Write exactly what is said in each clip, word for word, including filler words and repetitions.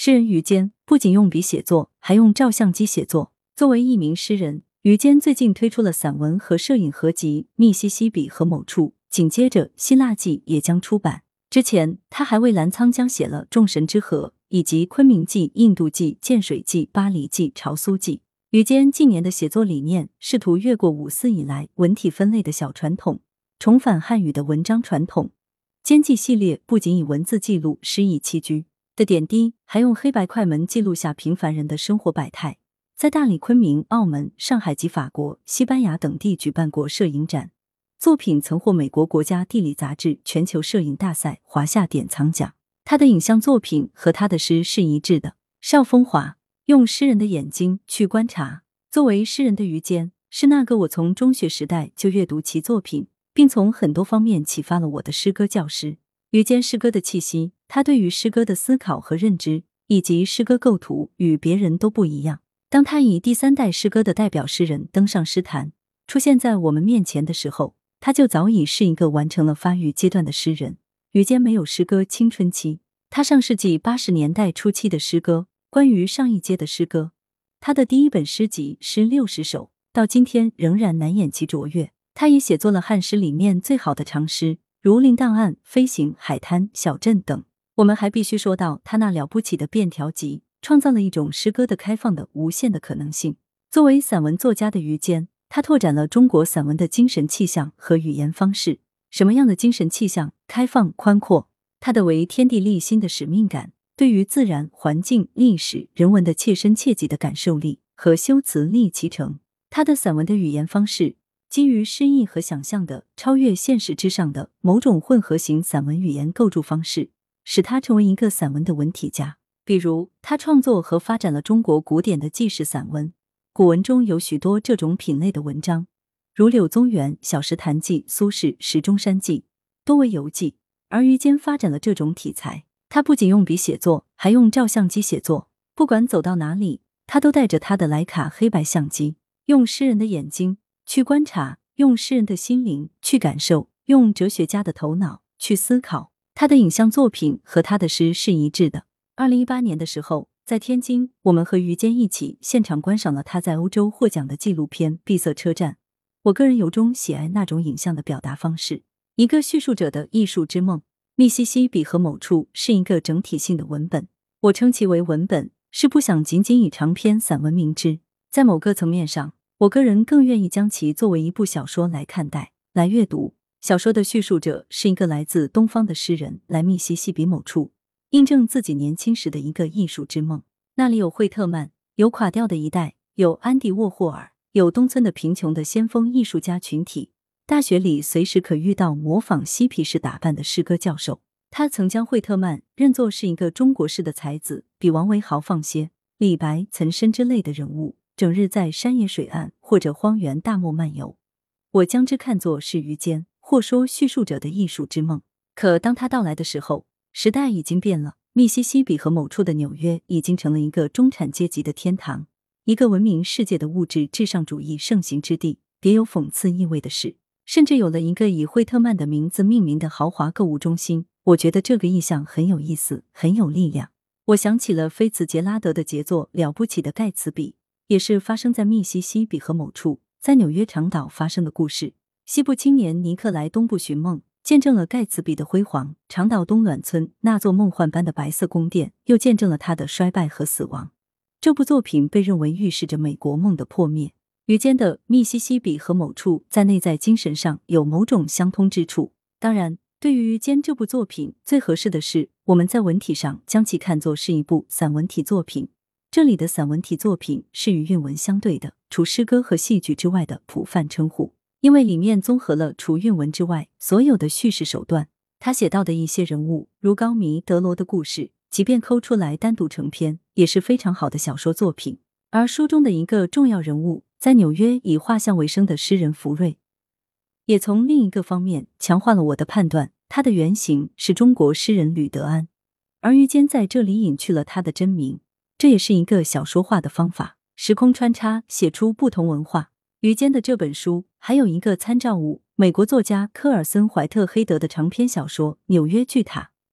诗人于坚不仅用笔写作，还用照相机写作。作为一名诗人，于坚最近推出了散文和摄影合集《密西西比和某处》，紧接着《希腊记》也将出版。之前他还为澜沧江写了《众神之河》，以及《昆明记》《印度记》《建水记》《巴黎记》《潮苏记》。于坚近年的写作理念试图越过五四以来文体分类的小传统，重返汉语的文章传统。坚记系列不仅以文字记录诗意栖居的点滴，还用黑白快门记录下平凡人的生活百态。在大理、昆明、澳门、上海及法国、西班牙等地举办过摄影展，作品曾获美国国家地理杂志全球摄影大赛华夏典藏奖。他的影像作品和他的诗是一致的。邵风华用诗人的眼睛去观察。作为诗人的于坚，是那个我从中学时代就阅读其作品，并从很多方面启发了我的诗歌教师。于坚诗歌的气息，他对于诗歌的思考和认知，以及诗歌构图与别人都不一样。当他以第三代诗歌的代表诗人登上诗坛，出现在我们面前的时候，他就早已是一个完成了发育阶段的诗人。于坚没有诗歌青春期，他上世纪八十年代初期的诗歌，关于上一阶的诗歌。他的第一本诗集诗六十首，到今天仍然难掩其卓越。他也写作了汉诗里面最好的长诗，如《临档案》《飞行》《海滩》《小镇》等。我们还必须说到他那了不起的便条集，创造了一种诗歌的开放的无限的可能性。作为散文作家的于坚，他拓展了中国散文的精神气象和语言方式。什么样的精神气象？开放、宽阔。他的为天地立心的使命感，对于自然、环境、历史、人文的切身切己的感受力和修辞力其成。他的散文的语言方式，基于诗意和想象的超越现实之上的某种混合型散文语言构筑方式，使他成为一个散文的文体家。比如，他创作和发展了中国古典的纪实散文，古文中有许多这种品类的文章，如柳宗元《小石潭记》、苏轼《石钟山记》，多为游记。而于坚发展了这种题材，他不仅用笔写作，还用照相机写作。不管走到哪里，他都带着他的徕卡黑白相机，用诗人的眼睛去观察，用诗人的心灵去感受，用哲学家的头脑去思考。他的影像作品和他的诗是一致的。二零一八年的时候，在天津，我们和于坚一起现场观赏了他在欧洲获奖的纪录片《闭塞车站》。我个人由衷喜爱那种影像的表达方式。一个叙述者的艺术之梦。密西西比和某处是一个整体性的文本，我称其为文本，是不想仅仅以长篇散文明之。在某个层面上，我个人更愿意将其作为一部小说来看待，来阅读。小说的叙述者是一个来自东方的诗人，来密西西比某处，印证自己年轻时的一个艺术之梦。那里有惠特曼，有垮掉的一代，有安迪沃霍尔，有东村的贫穷的先锋艺术家群体。大学里随时可遇到模仿嬉皮士打扮的诗歌教授。他曾将惠特曼认作是一个中国式的才子，比王维豪放些，李白、岑参之类的人物整日在山野水岸或者荒原大漠漫游。我将之看作是于坚，或说叙述者的艺术之梦。可当他到来的时候，时代已经变了，密西西比和某处的纽约已经成了一个中产阶级的天堂，一个闻名世界的物质至上主义盛行之地。别有讽刺意味的是，甚至有了一个以惠特曼的名字命名的豪华购物中心。我觉得这个意象很有意思，很有力量。我想起了菲茨杰拉德的杰作《了不起的盖茨比》，也是发生在密西西比和某处，在纽约长岛发生的故事。西部青年尼克来东部寻梦，见证了盖茨比的辉煌。长岛东卵村那座梦幻般的白色宫殿，又见证了他的衰败和死亡。这部作品被认为预示着美国梦的破灭。于坚的密西西比和某处在内在精神上有某种相通之处。当然，对于于坚这部作品，最合适的是我们在文体上将其看作是一部散文体作品。这里的散文体作品是与韵文相对的，除诗歌和戏剧之外的普泛称呼，因为里面综合了除韵文之外所有的叙事手段。他写到的一些人物，如高弥、德罗的故事，即便抠出来单独成篇，也是非常好的小说作品。而书中的一个重要人物，在纽约以画像为生的诗人福瑞，也从另一个方面强化了我的判断，他的原型是中国诗人吕德安，而于坚在这里隐去了他的真名，这也是一个小说化的方法，时空穿插，写出不同文化。于坚的这本书还有一个参照物，美国作家科尔森·怀特黑德的长篇小说《纽约巨塔》，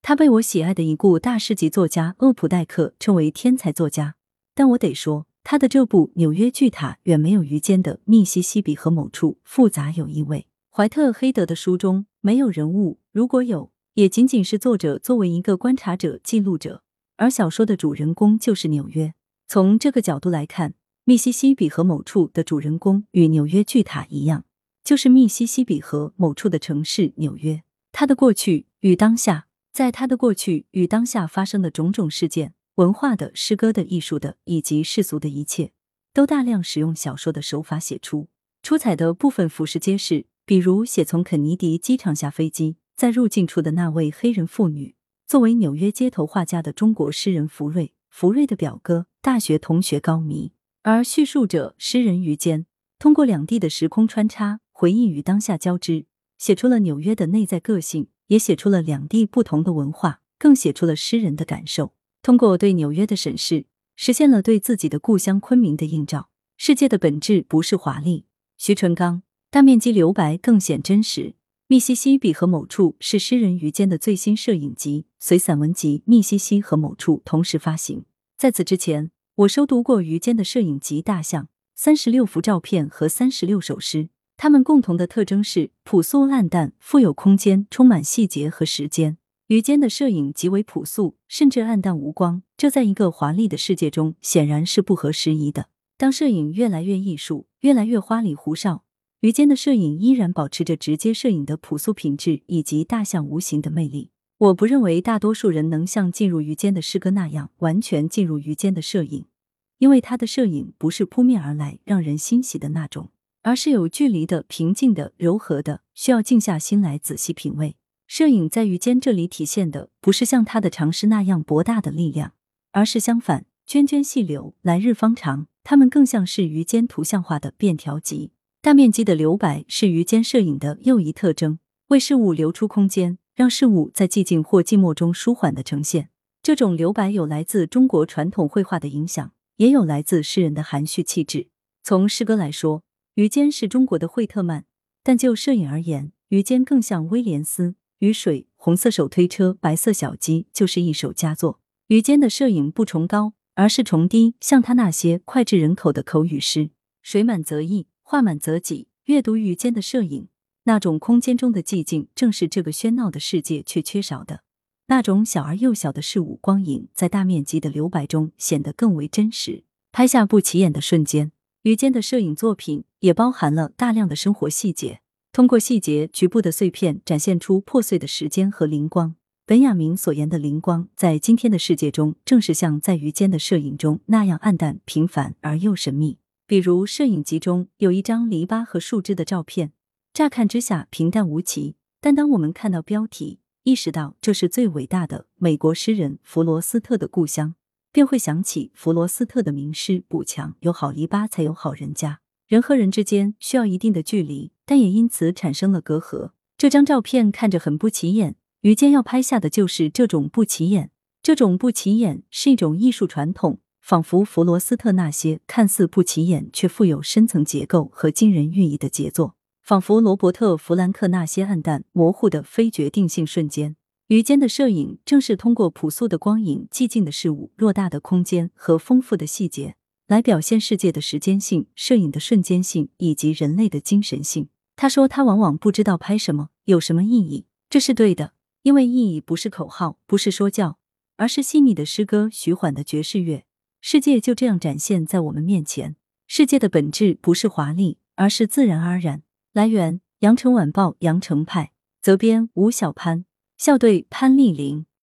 他被我喜爱的已故大师级作家厄普代克称为天才作家，但我得说，他的这部《纽约巨塔》远没有于坚的《密西西比河某处》复杂有意味。怀特黑德的书中没有人物，如果有，也仅仅是作者作为一个观察者、记录者，而小说的主人公就是纽约。从这个角度来看，密西西比河某处的主人公与纽约巨塔一样，就是密西西比河某处的城市纽约。他的过去与当下，在他的过去与当下发生的种种事件，文化的、诗歌的、艺术的以及世俗的一切，都大量使用小说的手法写出。出彩的部分俯拾皆是，比如写从肯尼迪机场下飞机，在入境处的那位黑人妇女，作为纽约街头画家的中国诗人福瑞，福瑞的表哥，大学同学高迷。而叙述者诗人于坚，通过两地的时空穿插，回忆与当下交织，写出了纽约的内在个性，也写出了两地不同的文化，更写出了诗人的感受。通过对纽约的审视，实现了对自己的故乡昆明的映照。世界的本质不是华丽。徐纯刚，大面积留白更显真实。密西西比河某处是诗人于坚的最新摄影集，随散文集《密西西河某处》同时发行。在此之前，我收读过于坚的摄影集《大象》，三十六幅照片和三十六首诗。它们共同的特征是朴素暗淡，富有空间，充满细节和时间。于坚的摄影极为朴素，甚至暗淡无光，这在一个华丽的世界中显然是不合时宜的。当摄影越来越艺术，越来越花里胡哨，于坚的摄影依然保持着直接摄影的朴素品质以及大象无形的魅力。我不认为大多数人能像进入于坚的诗歌那样完全进入于坚的摄影，因为他的摄影不是扑面而来让人欣喜的那种，而是有距离的、平静的、柔和的，需要静下心来仔细品味。摄影在于坚这里体现的不是像他的长诗那样博大的力量，而是相反，涓涓细流，来日方长，它们更像是于坚图像化的便条集。大面积的留白是于坚摄影的又一特征，为事物留出空间，让事物在寂静或寂寞中舒缓的呈现。这种留白有来自中国传统绘画的影响，也有来自诗人的含蓄气质。从诗歌来说，于坚是中国的惠特曼，但就摄影而言，于坚更像威廉斯。雨水、红色手推车、白色小鸡就是一首佳作。于坚的摄影不崇高，而是崇低，像他那些脍炙人口的口语诗。水满则溢，画满则己。阅读于坚的摄影，那种空间中的寂静，正是这个喧闹的世界却缺少的。那种小而又小的事物光影，在大面积的留白中显得更为真实。拍下不起眼的瞬间，于坚的摄影作品也包含了大量的生活细节。通过细节局部的碎片展现出破碎的时间和灵光。本雅明所言的灵光，在今天的世界中，正是像在于坚的摄影中那样暗淡、平凡而又神秘。比如摄影集中有一张篱笆和树枝的照片，乍看之下平淡无奇，但当我们看到标题，意识到这是最伟大的美国诗人弗罗斯特的故乡，便会想起弗罗斯特的名诗《补墙》，有好篱笆才有好人家。人和人之间需要一定的距离，但也因此产生了隔阂。这张照片看着很不起眼，于坚要拍下的就是这种不起眼。这种不起眼是一种艺术传统，仿佛弗罗斯特那些看似不起眼却富有深层结构和惊人寓意的杰作，仿佛罗伯特·弗兰克那些暗淡模糊的非决定性瞬间。于坚的摄影正是通过朴素的光影、寂静的事物、偌大的空间和丰富的细节，来表现世界的时间性、摄影的瞬间性以及人类的精神性。他说他往往不知道拍什么，有什么意义。这是对的，因为意义不是口号，不是说教，而是细腻的诗歌、徐缓的爵士乐。世界就这样展现在我们面前。世界的本质不是华丽，而是自然而然。来源：羊城晚报羊城派，责编吴小潘，校对潘丽玲。